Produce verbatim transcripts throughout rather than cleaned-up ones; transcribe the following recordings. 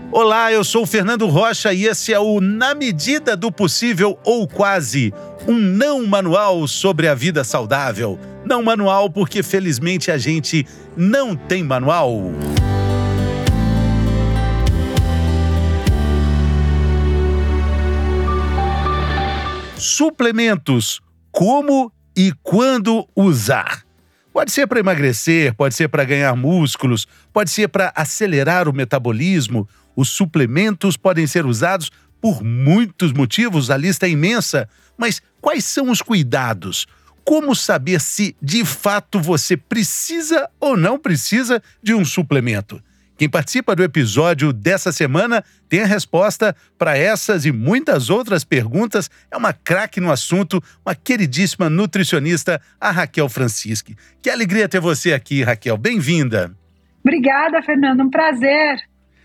Olá, eu sou o Fernando Rocha e esse é o Na Medida do Possível ou Quase, um não manual sobre a vida saudável. Não manual porque felizmente a gente não tem manual. Suplementos, como e quando usar? Pode ser para emagrecer, pode ser para ganhar músculos, pode ser para acelerar o metabolismo. Os suplementos podem ser usados por muitos motivos, a lista é imensa. Mas quais são os cuidados? Como saber se, de fato, você precisa ou não precisa de um suplemento? Quem participa do episódio dessa semana tem a resposta para essas e muitas outras perguntas. É uma craque no assunto, uma queridíssima nutricionista, a Raquel Francischi. Que alegria ter você aqui, Raquel. Bem-vinda. Obrigada, Fernando. Um prazer.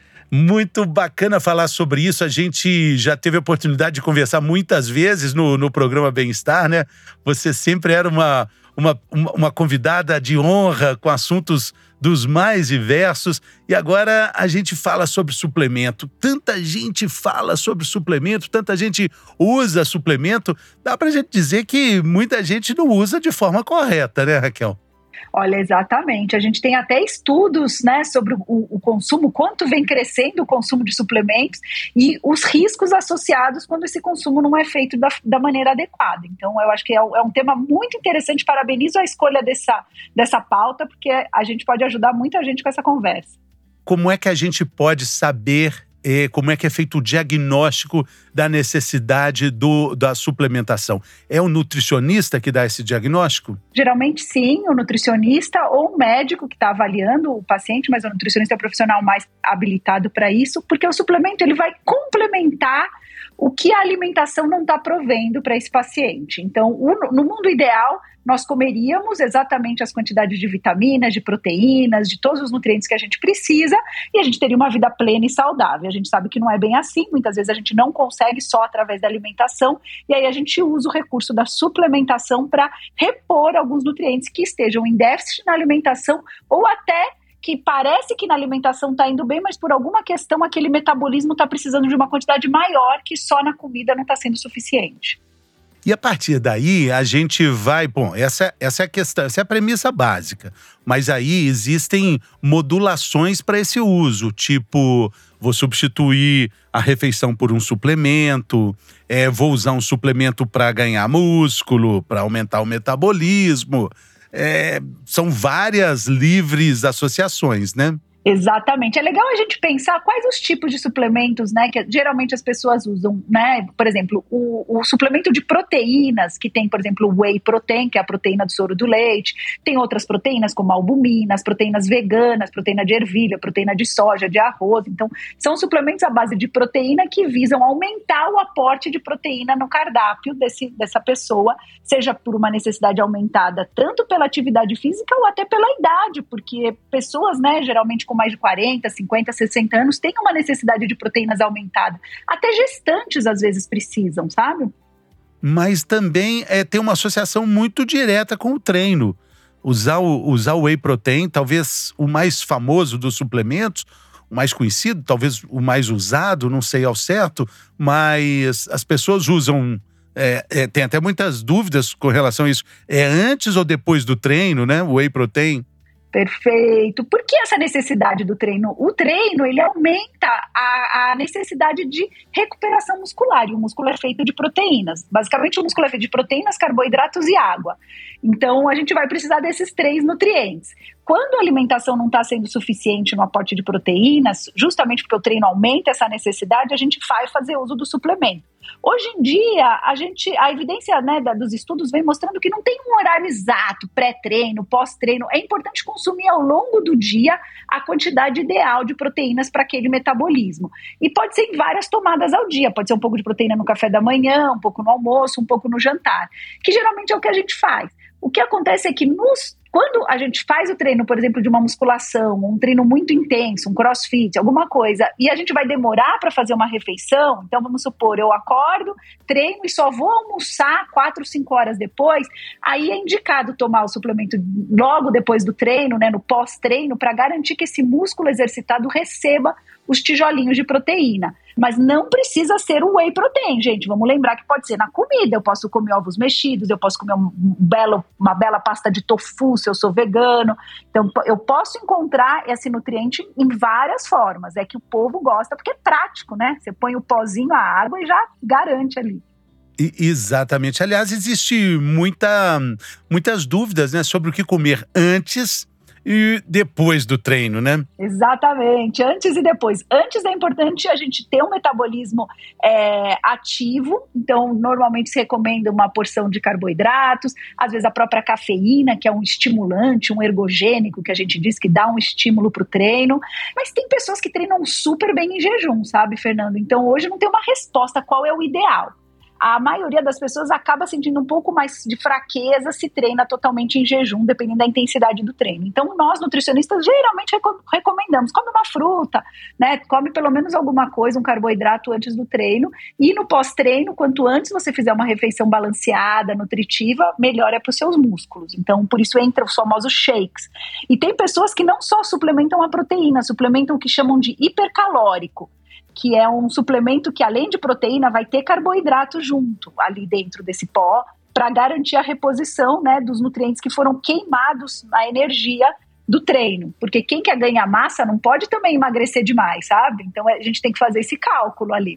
Muito bacana falar sobre isso. A gente já teve a oportunidade de conversar muitas vezes no, no programa Bem-Estar, né? Você sempre era uma, uma, uma convidada de honra com assuntos dos mais diversos. E agora a gente fala sobre suplemento. Tanta gente fala sobre suplemento, tanta gente usa suplemento. Dá pra gente dizer que muita gente não usa de forma correta, né, Raquel? Olha, exatamente. A gente tem até estudos, né, sobre o, o consumo, quanto vem crescendo o consumo de suplementos e os riscos associados quando esse consumo não é feito da, da maneira adequada. Então, eu acho que é, é um tema muito interessante. Parabenizo a escolha dessa, dessa pauta, porque a gente pode ajudar muita gente com essa conversa. Como é que a gente pode saber E como é que é feito o diagnóstico da necessidade do, da suplementação? É o nutricionista que dá esse diagnóstico? Geralmente sim, o nutricionista ou o médico que está avaliando o paciente, mas o nutricionista é o profissional mais habilitado para isso, porque o suplemento ele vai complementar o que a alimentação não está provendo para esse paciente. Então, o, no mundo ideal, nós comeríamos exatamente as quantidades de vitaminas, de proteínas, de todos os nutrientes que a gente precisa e a gente teria uma vida plena e saudável. A gente sabe que não é bem assim, muitas vezes a gente não consegue só através da alimentação e aí a gente usa o recurso da suplementação para repor alguns nutrientes que estejam em déficit na alimentação ou até que parece que na alimentação está indo bem, mas por alguma questão aquele metabolismo está precisando de uma quantidade maior que só na comida não está sendo suficiente. E a partir daí, a gente vai... Bom, essa, essa é a questão, essa é a premissa básica. Mas aí existem modulações para esse uso, tipo, vou substituir a refeição por um suplemento, é, vou usar um suplemento para ganhar músculo, para aumentar o metabolismo. É, são várias livres associações, né? Exatamente. É legal a gente pensar quais os tipos de suplementos, né, que geralmente as pessoas usam, né? Por exemplo, o, o suplemento de proteínas, que tem, por exemplo, o whey protein, que é a proteína do soro do leite. Tem outras proteínas, como a albumina, as proteínas veganas, proteína de ervilha, proteína de soja, de arroz. Então, são suplementos à base de proteína que visam aumentar o aporte de proteína no cardápio desse, dessa pessoa, seja por uma necessidade aumentada, tanto pela atividade física ou até pela idade, porque pessoas, né, geralmente com mais de quarenta, cinquenta, sessenta anos, tem uma necessidade de proteínas aumentada. Até gestantes, às vezes, precisam, sabe? Mas também é, tem uma associação muito direta com o treino. Usar o, usar o whey protein, talvez o mais famoso dos suplementos, o mais conhecido, talvez o mais usado, não sei ao certo, mas as pessoas usam... É, é, tem até muitas dúvidas com relação a isso. É antes ou depois do treino, né? O whey protein? Perfeito. Por que essa necessidade do treino? O treino, ele aumenta a, a necessidade de recuperação muscular, e o músculo é feito de proteínas. Basicamente, o músculo é feito de proteínas, carboidratos e água. Então, a gente vai precisar desses três nutrientes. Quando a alimentação não está sendo suficiente no aporte de proteínas, justamente porque o treino aumenta essa necessidade, a gente vai fazer uso do suplemento. Hoje em dia, a, gente, a evidência, né, da, dos estudos vem mostrando que não tem um horário exato, pré-treino, pós-treino. É importante consumir ao longo do dia a quantidade ideal de proteínas para aquele metabolismo. E pode ser em várias tomadas ao dia. Pode ser um pouco de proteína no café da manhã, um pouco no almoço, um pouco no jantar, que geralmente é o que a gente faz. O que acontece é que nos Quando a gente faz o treino, por exemplo, de uma musculação, um treino muito intenso, um crossfit, alguma coisa, e a gente vai demorar para fazer uma refeição, então vamos supor, eu acordo, treino e só vou almoçar quatro, cinco horas depois, aí é indicado tomar o suplemento logo depois do treino, né, no pós-treino, para garantir que esse músculo exercitado receba os tijolinhos de proteína. Mas não precisa ser o whey protein, gente. Vamos lembrar que pode ser na comida. Eu posso comer ovos mexidos, eu posso comer um belo, uma bela pasta de tofu se eu sou vegano. Então, eu posso encontrar esse nutriente em várias formas. É que o povo gosta porque é prático, né? Você põe o pozinho, a água e já garante ali. E, exatamente. Aliás, existe muita, muitas dúvidas, né, sobre o que comer antes e depois do treino, né? Exatamente, antes e depois. Antes é importante a gente ter um metabolismo é, ativo, então normalmente se recomenda uma porção de carboidratos, às vezes a própria cafeína, que é um estimulante, um ergogênico, que a gente diz que dá um estímulo para o treino, mas tem pessoas que treinam super bem em jejum, sabe, Fernando? Então hoje não tem uma resposta qual é o ideal. A maioria das pessoas acaba sentindo um pouco mais de fraqueza se treina totalmente em jejum, dependendo da intensidade do treino. Então, nós, nutricionistas, geralmente recomendamos, come uma fruta, né? Come pelo menos alguma coisa, um carboidrato antes do treino. E no pós-treino, quanto antes você fizer uma refeição balanceada, nutritiva, melhor é para os seus músculos. Então, por isso entra os famosos shakes. E tem pessoas que não só suplementam a proteína, suplementam o que chamam de hipercalórico, que é um suplemento que, além de proteína, vai ter carboidrato junto ali dentro desse pó, para garantir a reposição, né, dos nutrientes que foram queimados na energia do treino. Porque quem quer ganhar massa não pode também emagrecer demais, sabe? Então a gente tem que fazer esse cálculo ali.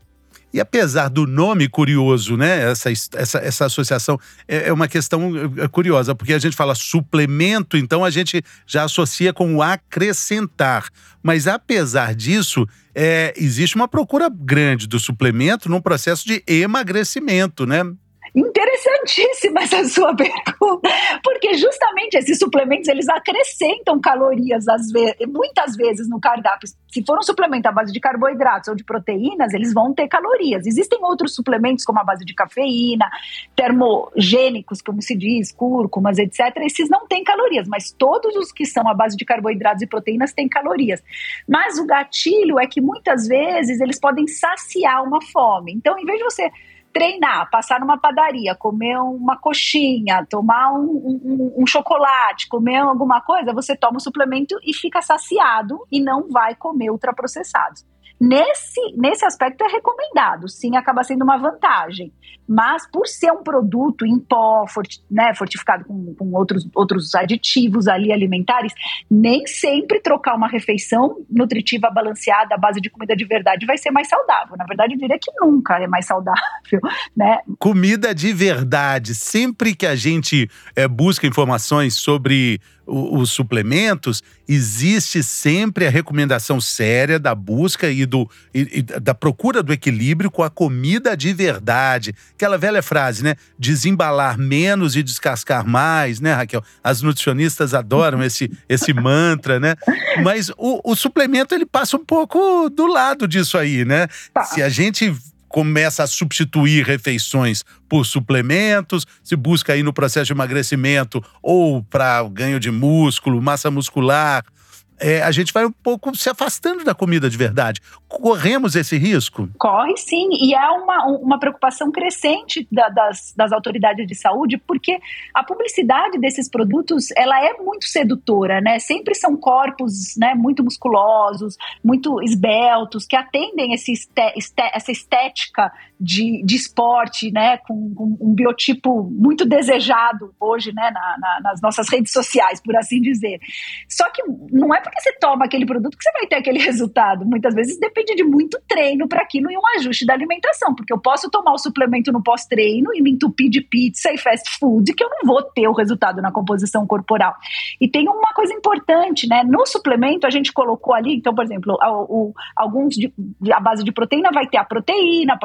E apesar do nome curioso, né, essa, essa, essa associação é, é uma questão curiosa, porque a gente fala suplemento, então a gente já associa com o acrescentar. Mas apesar disso, é, existe uma procura grande do suplemento num processo de emagrecimento, né? Interessantíssima essa sua pergunta, porque justamente esses suplementos, eles acrescentam calorias, às vezes, muitas vezes no cardápio. Se for um suplemento à base de carboidratos ou de proteínas, eles vão ter calorias. Existem outros suplementos, como a base de cafeína, termogênicos, como se diz, cúrcumas, etcétera. Esses não têm calorias, mas todos os que são à base de carboidratos e proteínas têm calorias. Mas o gatilho é que muitas vezes eles podem saciar uma fome. Então, em vez de você treinar, passar numa padaria, comer uma coxinha, tomar um, um, um chocolate, comer alguma coisa, você toma o suplemento e fica saciado e não vai comer ultraprocessados. Nesse, nesse aspecto é recomendado, sim, acaba sendo uma vantagem. Mas por ser um produto em pó, forti, né, fortificado com, com outros, outros aditivos ali alimentares, nem sempre trocar uma refeição nutritiva balanceada à base de comida de verdade vai ser mais saudável. Na verdade, eu diria que nunca é mais saudável, né? Comida de verdade. Sempre que a gente é, busca informações sobre o, os suplementos, existe sempre a recomendação séria da busca e, do, e, e da procura do equilíbrio com a comida de verdade. Aquela velha frase, né? Desembalar menos e descascar mais, né, Raquel? As nutricionistas adoram esse, esse mantra, né? Mas o, o suplemento, ele passa um pouco do lado disso aí, né? Tá. Se a gente começa a substituir refeições por suplementos, se busca aí no processo de emagrecimento ou para ganho de músculo, massa muscular, é, a gente vai um pouco se afastando da comida de verdade. Corremos esse risco? Corre sim, e é uma, uma preocupação crescente da, das, das autoridades de saúde, porque a publicidade desses produtos, ela é muito sedutora, né? Sempre são corpos, né, muito musculosos, muito esbeltos, que atendem esse este, este, essa estética de, de esporte, né, com, com um biotipo muito desejado hoje, né, na, na, nas nossas redes sociais, por assim dizer. Só que não é porque você toma aquele produto que você vai ter aquele resultado. Muitas vezes depende de muito treino para aquilo e um ajuste da alimentação, porque eu posso tomar o suplemento no pós-treino e me entupir de pizza e fast food, que eu não vou ter o resultado na composição corporal. E tem uma coisa importante, né? No suplemento a gente colocou ali, então, por exemplo, o, o, alguns de, de, a base de proteína vai ter a proteína, pode ter um pouco de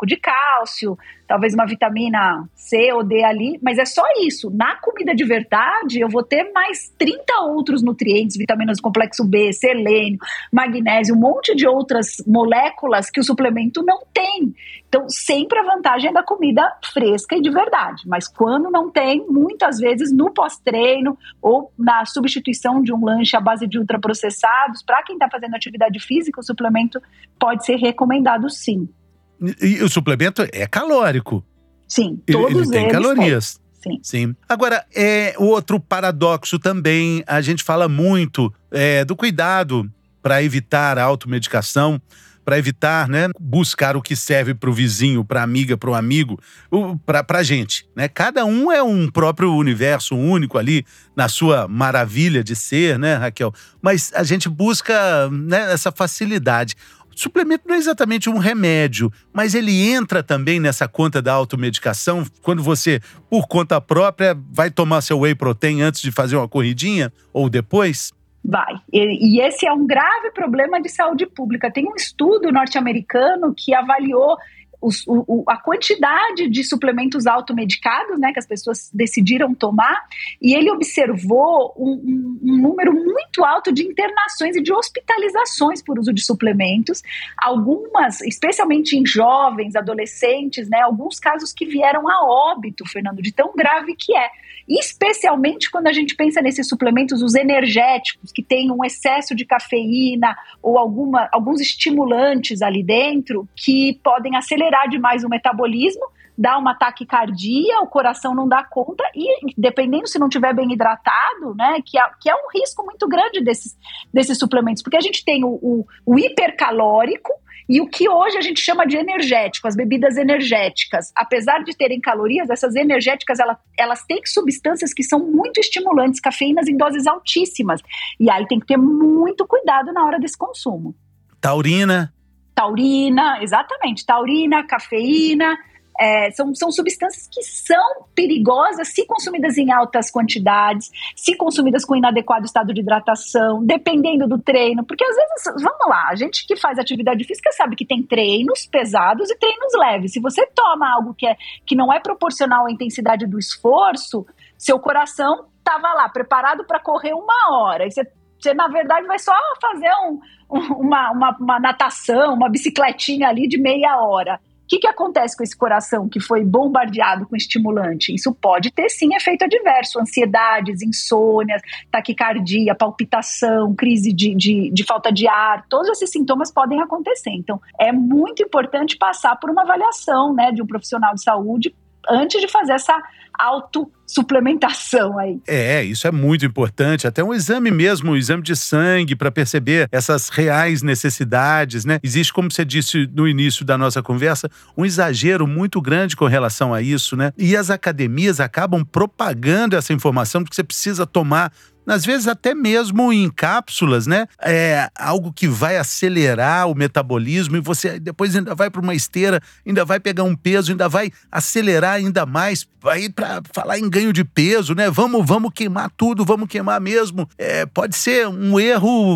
de cálcio, talvez uma vitamina C ou D ali, mas é só isso. Na comida de verdade, eu vou ter mais trinta outros nutrientes, vitaminas do complexo B, selênio, magnésio, um monte de outras moléculas que o suplemento não tem. Então, sempre a vantagem é da comida fresca e de verdade, mas quando não tem, muitas vezes no pós-treino ou na substituição de um lanche à base de ultraprocessados, para quem está fazendo atividade física, o suplemento pode ser recomendado sim. E, e o suplemento é calórico. Sim, ele, todos ele tem eles calorias. Sim. Sim. Agora, é outro paradoxo também, a gente fala muito é, do cuidado para evitar a automedicação, para evitar, né, buscar o que serve para o vizinho, para a amiga, para o amigo, para a gente, né? Cada um é um próprio universo único ali, na sua maravilha de ser, né, Raquel? Mas a gente busca, né, essa facilidade. O suplemento não é exatamente um remédio, mas ele entra também nessa conta da automedicação, quando você, por conta própria, vai tomar seu whey protein antes de fazer uma corridinha ou depois? Vai. E, e esse é um grave problema de saúde pública. Tem um estudo norte-americano que avaliou os, o, a quantidade de suplementos automedicados, né, que as pessoas decidiram tomar, e ele observou um, um, um número muito alto de internações e de hospitalizações por uso de suplementos, algumas, especialmente em jovens, adolescentes, né, alguns casos que vieram a óbito, Fernando, de tão grave que é. Especialmente quando a gente pensa nesses suplementos, os energéticos, que têm um excesso de cafeína ou alguma, alguns estimulantes ali dentro que podem acelerar demais o metabolismo, dar uma taquicardia, o coração não dá conta e, dependendo se não estiver bem hidratado, né, que é, que é um risco muito grande desses, desses suplementos, porque a gente tem o, o, o hipercalórico, e o que hoje a gente chama de energético, as bebidas energéticas, apesar de terem calorias, essas energéticas, elas, elas têm substâncias que são muito estimulantes, cafeínas em doses altíssimas. E aí tem que ter muito cuidado na hora desse consumo. Taurina. Taurina, exatamente. Taurina, cafeína, é, são, são substâncias que são perigosas se consumidas em altas quantidades, se consumidas com inadequado estado de hidratação, dependendo do treino, porque às vezes, vamos lá, a gente que faz atividade física sabe que tem treinos pesados e treinos leves. Se você toma algo que, é, que não é proporcional à intensidade do esforço, seu coração estava lá, preparado para correr uma hora, e você Você, na verdade, vai só fazer um, uma, uma, uma natação, uma bicicletinha ali de meia hora. O que, que acontece com esse coração que foi bombardeado com estimulante? Isso pode ter, sim, efeito adverso. Ansiedades, insônias, taquicardia, palpitação, crise de, de, de falta de ar. Todos esses sintomas podem acontecer. Então, é muito importante passar por uma avaliação, né, de um profissional de saúde antes de fazer essa autossuplementação aí. É, isso é muito importante. Até um exame mesmo, um exame de sangue para perceber essas reais necessidades, né? Existe, como você disse no início da nossa conversa, um exagero muito grande com relação a isso, né? E as academias acabam propagando essa informação de que você precisa tomar, às vezes até mesmo em cápsulas, né? É algo que vai acelerar o metabolismo e você depois ainda vai para uma esteira, ainda vai pegar um peso, ainda vai acelerar ainda mais, vai para falar em ganho de peso, né? Vamos, vamos queimar tudo, vamos queimar mesmo. É, pode ser um erro,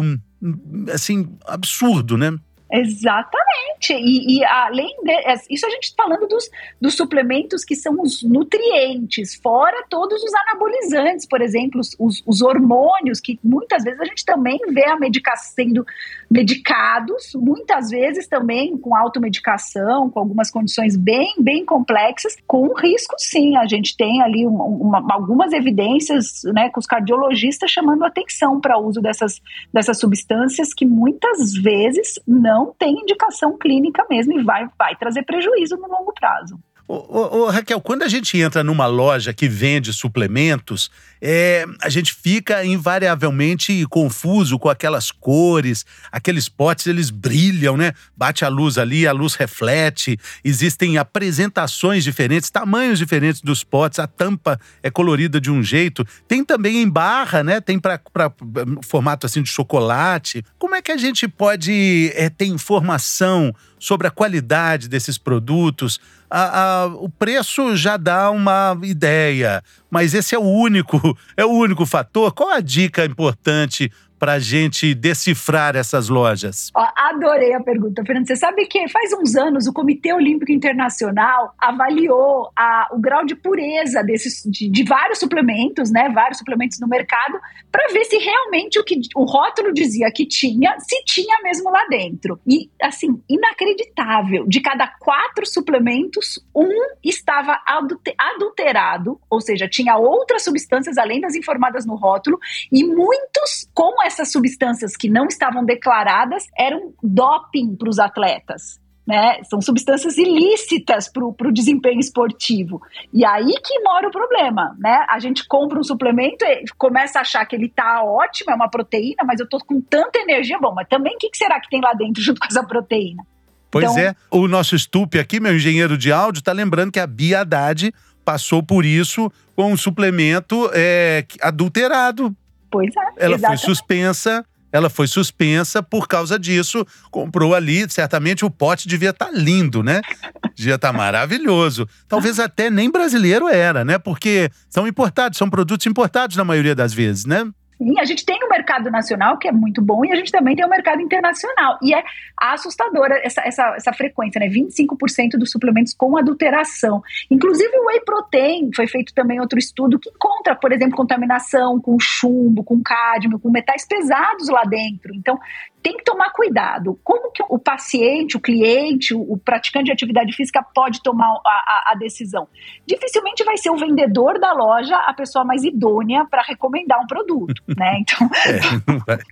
assim, absurdo, né? Exatamente. E, e além de, isso a gente está falando dos, dos suplementos que são os nutrientes, fora todos os anabolizantes, por exemplo, os, os hormônios, que muitas vezes a gente também vê a medicação sendo medicados, muitas vezes também com automedicação, com algumas condições bem, bem complexas, com risco sim. A gente tem ali uma, uma, algumas evidências, né, com os cardiologistas chamando atenção para o uso dessas, dessas substâncias que muitas vezes não não tem indicação clínica mesmo e vai, vai trazer prejuízo no longo prazo. Ô, ô, ô, Raquel, quando a gente entra numa loja que vende suplementos, é, a gente fica invariavelmente confuso com aquelas cores, aqueles potes, eles brilham, né? Bate a luz ali, a luz reflete, existem apresentações diferentes, tamanhos diferentes dos potes, a tampa é colorida de um jeito, tem também em barra, né? Tem para formato assim de chocolate. Como é que a gente pode é, ter informação sobre a qualidade desses produtos? A, a, o preço já dá uma ideia, mas esse é o único, é o único fator. Qual a dica importante para a gente decifrar essas lojas? Ó, adorei a pergunta, Fernando. Você sabe que faz uns anos o Comitê Olímpico Internacional avaliou a, o grau de pureza desses, de, de vários suplementos, né, vários suplementos no mercado, para ver se realmente o que o rótulo dizia que tinha, se tinha mesmo lá dentro. E, assim, inacreditável. De cada quatro suplementos, um estava adulterado, ou seja, tinha outras substâncias além das informadas no rótulo, e muitos, com essas substâncias que não estavam declaradas, eram doping para os atletas. Né? São substâncias ilícitas para o desempenho esportivo. E aí que mora o problema, né? A gente compra um suplemento e começa a achar que ele tá ótimo, é uma proteína, mas eu tô com tanta energia. Bom, mas também o que, que será que tem lá dentro junto com essa proteína? Pois então, é, o nosso Stupe aqui, meu engenheiro de áudio, tá lembrando que a Bia Haddad passou por isso com um suplemento é, adulterado. Pois é, Ela exatamente. foi suspensa. Ela foi suspensa por causa disso. Comprou ali, certamente o pote devia estar lindo, né? Devia estar maravilhoso. Talvez até nem brasileiro era, né? Porque são importados, são produtos importados na maioria das vezes, né? Sim, a gente tem o mercado nacional, que é muito bom, e a gente também tem o mercado internacional. E é assustadora essa, essa, essa frequência, né? vinte e cinco por cento dos suplementos com adulteração. Inclusive o Whey Protein, foi feito também outro estudo que encontra, por exemplo, contaminação com chumbo, com cádmio, com metais pesados lá dentro. Então, tem que tomar cuidado. Como que o paciente, o cliente, o, o praticante de atividade física pode tomar a, a, a decisão? Dificilmente vai ser o vendedor da loja a pessoa mais idônea para recomendar um produto, né? Então, é, não vai.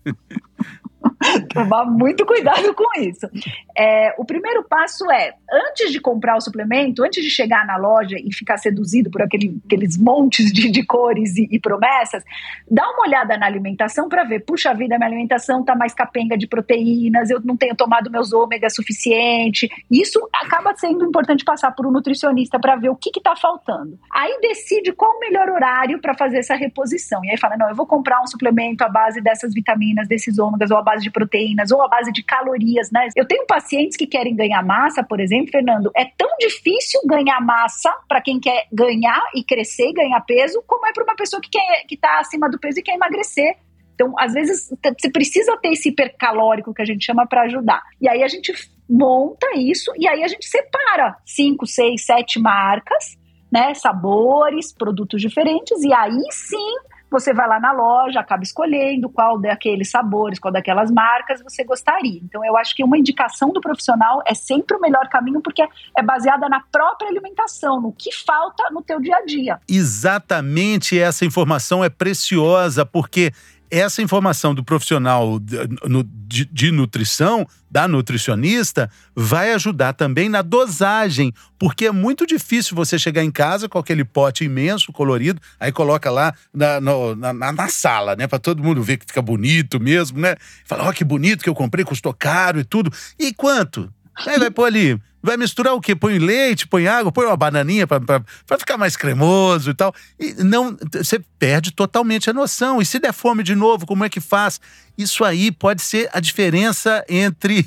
tomar muito cuidado com isso. É, o primeiro passo é, antes de comprar o suplemento, antes de chegar na loja e ficar seduzido por aquele, aqueles montes de, de cores e, e promessas, dá uma olhada na alimentação para ver, puxa vida, minha alimentação está mais capenga de proteínas, eu não tenho tomado meus ômegas suficiente. Isso acaba sendo importante passar por um nutricionista para ver o que está faltando. Aí decide qual o melhor horário para fazer essa reposição. E aí fala, não, eu vou comprar um suplemento à base dessas vitaminas, desses ômegas, ou à base de proteínas, ou à base de calorias, né? Eu tenho pacientes que querem ganhar massa, por exemplo, Fernando, é tão difícil ganhar massa para quem quer ganhar e crescer e ganhar peso, como é para uma pessoa que quer, que está acima do peso e quer emagrecer. Então, às vezes, você precisa ter esse hipercalórico que a gente chama para ajudar. E aí a gente monta isso e aí a gente separa cinco, seis, sete marcas, né? Sabores, produtos diferentes, e aí sim você vai lá na loja, acaba escolhendo qual daqueles sabores, qual daquelas marcas você gostaria. Então, eu acho que uma indicação do profissional é sempre o melhor caminho, porque é baseada na própria alimentação, no que falta no teu dia a dia. Exatamente, essa informação é preciosa, porque essa informação do profissional de, de nutrição, da nutricionista, vai ajudar também na dosagem, porque é muito difícil você chegar em casa com aquele pote imenso, colorido, aí coloca lá na, no, na, na sala, né, para todo mundo ver que fica bonito mesmo, né? Fala, ó, oh, que bonito que eu comprei, custou caro e tudo. E quanto? Aí vai pôr ali, vai misturar o quê? Põe leite, põe água, põe uma bananinha para ficar mais cremoso e tal. E não, você perde totalmente a noção. E se der fome de novo, como é que faz? Isso aí pode ser a diferença entre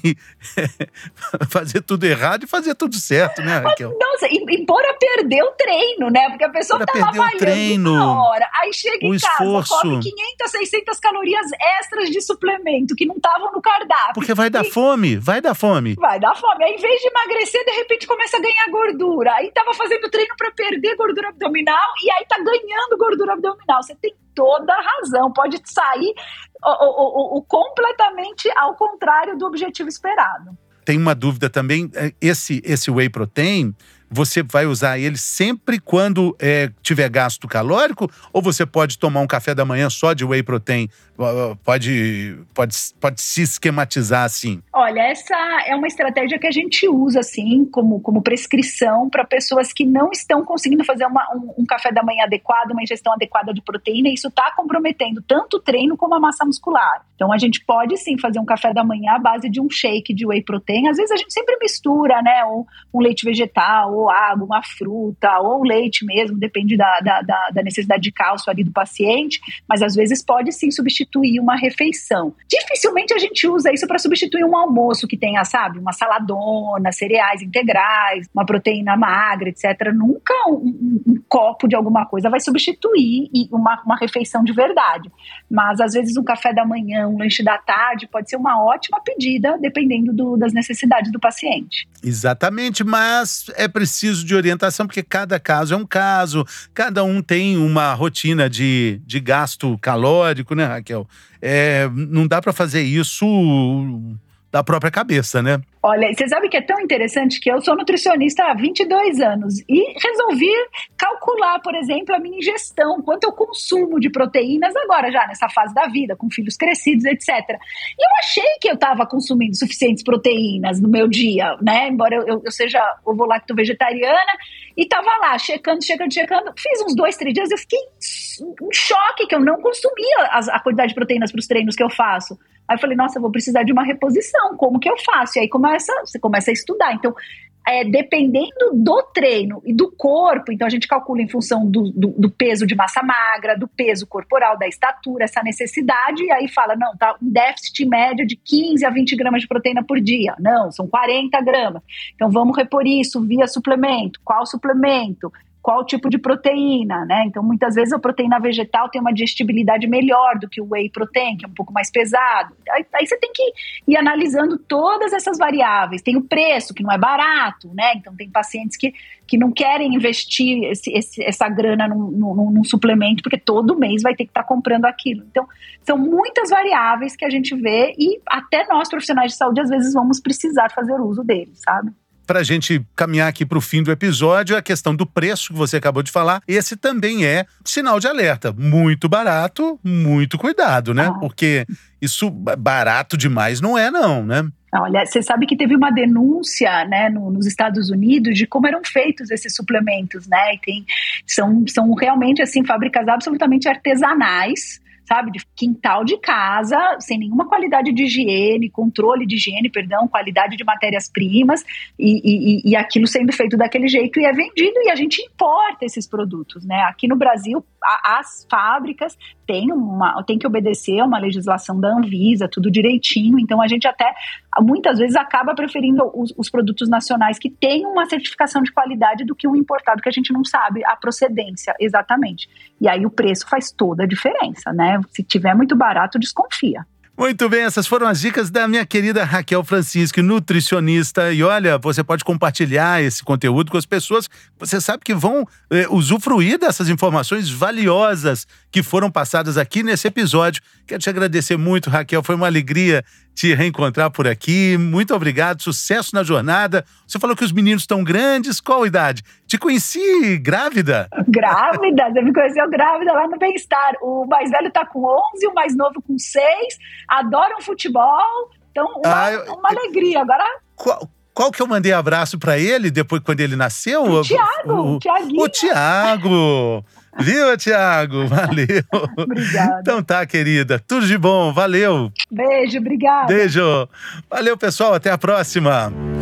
fazer tudo errado e fazer tudo certo, né, Raquel? Nossa, e, e bora perder o treino, né? Porque a pessoa bora tá lá malhando treino, uma hora, aí chega em casa, esforço. come quinhentas, seiscentas calorias extras de suplemento que não estavam no cardápio. Porque vai dar e... fome, vai dar fome. Vai dar fome. Aí, em vez de emagrecer, de repente começa a ganhar gordura. Aí tava fazendo treino para perder gordura abdominal e aí tá ganhando gordura abdominal. Você tem toda a razão. Pode sair o, o, o, o completamente ao contrário do objetivo esperado. Tem uma dúvida também, esse, esse Whey Protein, você vai usar ele sempre quando é, tiver gasto calórico, ou você pode tomar um café da manhã só de Whey Protein? Pode, pode, pode se esquematizar assim? Olha, essa é uma estratégia que a gente usa assim, como, como prescrição para pessoas que não estão conseguindo fazer uma, um, um café da manhã adequado, uma ingestão adequada de proteína, e isso está comprometendo tanto o treino como a massa muscular. Então a gente pode sim fazer um café da manhã à base de um shake de Whey Protein. Às vezes a gente sempre mistura, né, um, um leite vegetal ou água, uma fruta, ou leite mesmo, depende da, da, da, da necessidade de cálcio ali do paciente, mas às vezes pode sim substituir uma refeição. Dificilmente a gente usa isso para substituir um almoço que tenha, sabe, uma saladona, cereais integrais, uma proteína magra, etcétera. Nunca um, um, um copo de alguma coisa vai substituir uma, uma refeição de verdade. Mas às vezes um café da manhã, um lanche da tarde pode ser uma ótima pedida, dependendo do, das necessidades do paciente. Exatamente, mas é preciso de orientação, porque cada caso é um caso, cada um tem uma rotina de, de gasto calórico, né, Raquel? É, não dá para fazer isso da própria cabeça, né? Olha, você sabe que é tão interessante que eu sou nutricionista há vinte e dois anos e resolvi calcular, por exemplo, a minha ingestão, quanto eu consumo de proteínas agora já nessa fase da vida, com filhos crescidos, etcétera. E eu achei que eu estava consumindo suficientes proteínas no meu dia, né? Embora eu, eu seja ovo-lacto-vegetariana, e estava lá, checando, checando, checando. Fiz uns dois, três dias, eu fiquei em choque que eu não consumia a, a quantidade de proteínas para os treinos que eu faço. Aí eu falei, nossa, eu vou precisar de uma reposição, como que eu faço? E aí começa, você começa a estudar. Então, é, dependendo do treino e do corpo, então a gente calcula em função do, do, do peso de massa magra, do peso corporal, da estatura, essa necessidade, e aí fala, não, tá um déficit médio de quinze a vinte gramas de proteína por dia. Não, são quarenta gramas. Então vamos repor isso via suplemento. Qual suplemento? Qual tipo de proteína, né? Então, muitas vezes a proteína vegetal tem uma digestibilidade melhor do que o whey protein, que é um pouco mais pesado. Aí, aí você tem que ir analisando todas essas variáveis. Tem o preço, que não é barato, né? Então, tem pacientes que, que não querem investir esse, esse, essa grana num, num, num suplemento, porque todo mês vai ter que estar comprando aquilo. Então, são muitas variáveis que a gente vê e até nós, profissionais de saúde, às vezes vamos precisar fazer uso deles, sabe? Para a gente caminhar aqui para o fim do episódio, a questão do preço que você acabou de falar, esse também é sinal de alerta. Muito barato, muito cuidado, né? Ah. Porque isso barato demais não é não, né? Olha, você sabe que teve uma denúncia, né, no, nos Estados Unidos de como eram feitos esses suplementos, né? E tem, são, são realmente assim, fábricas absolutamente artesanais, sabe, de quintal de casa, sem nenhuma qualidade de higiene, controle de higiene, perdão, qualidade de matérias-primas, e, e, e aquilo sendo feito daquele jeito e é vendido, e a gente importa esses produtos, né? Aqui no Brasil, a, as fábricas têm, uma, têm que obedecer a uma legislação da Anvisa, tudo direitinho, então a gente até, muitas vezes, acaba preferindo os, os produtos nacionais que têm uma certificação de qualidade do que um importado que a gente não sabe a procedência exatamente. E aí o preço faz toda a diferença, né? Se tiver muito barato, desconfia. Muito bem, essas foram as dicas da minha querida Raquel Francisco, nutricionista. E olha, você pode compartilhar esse conteúdo com as pessoas que você sabe que vão eh, usufruir dessas informações valiosas que foram passadas aqui nesse episódio. Quero te agradecer muito, Raquel. Foi uma alegria te reencontrar por aqui. Muito obrigado, sucesso na jornada. Você falou que os meninos estão grandes. Qual idade? Te conheci grávida. Grávida? Você me conheceu grávida lá no Bem-Estar. O mais velho tá com onze, o mais novo com seis. Adoram futebol. Então, uma, ah, eu, uma alegria. Agora... Qual, qual que eu mandei abraço pra ele depois, quando ele nasceu? O Tiago. O, o, Tiaguinho. O Tiago. Viu, Tiago? Valeu. Obrigada. Então tá, querida. Tudo de bom. Valeu. Beijo, obrigada. Beijo. Valeu, pessoal. Até a próxima.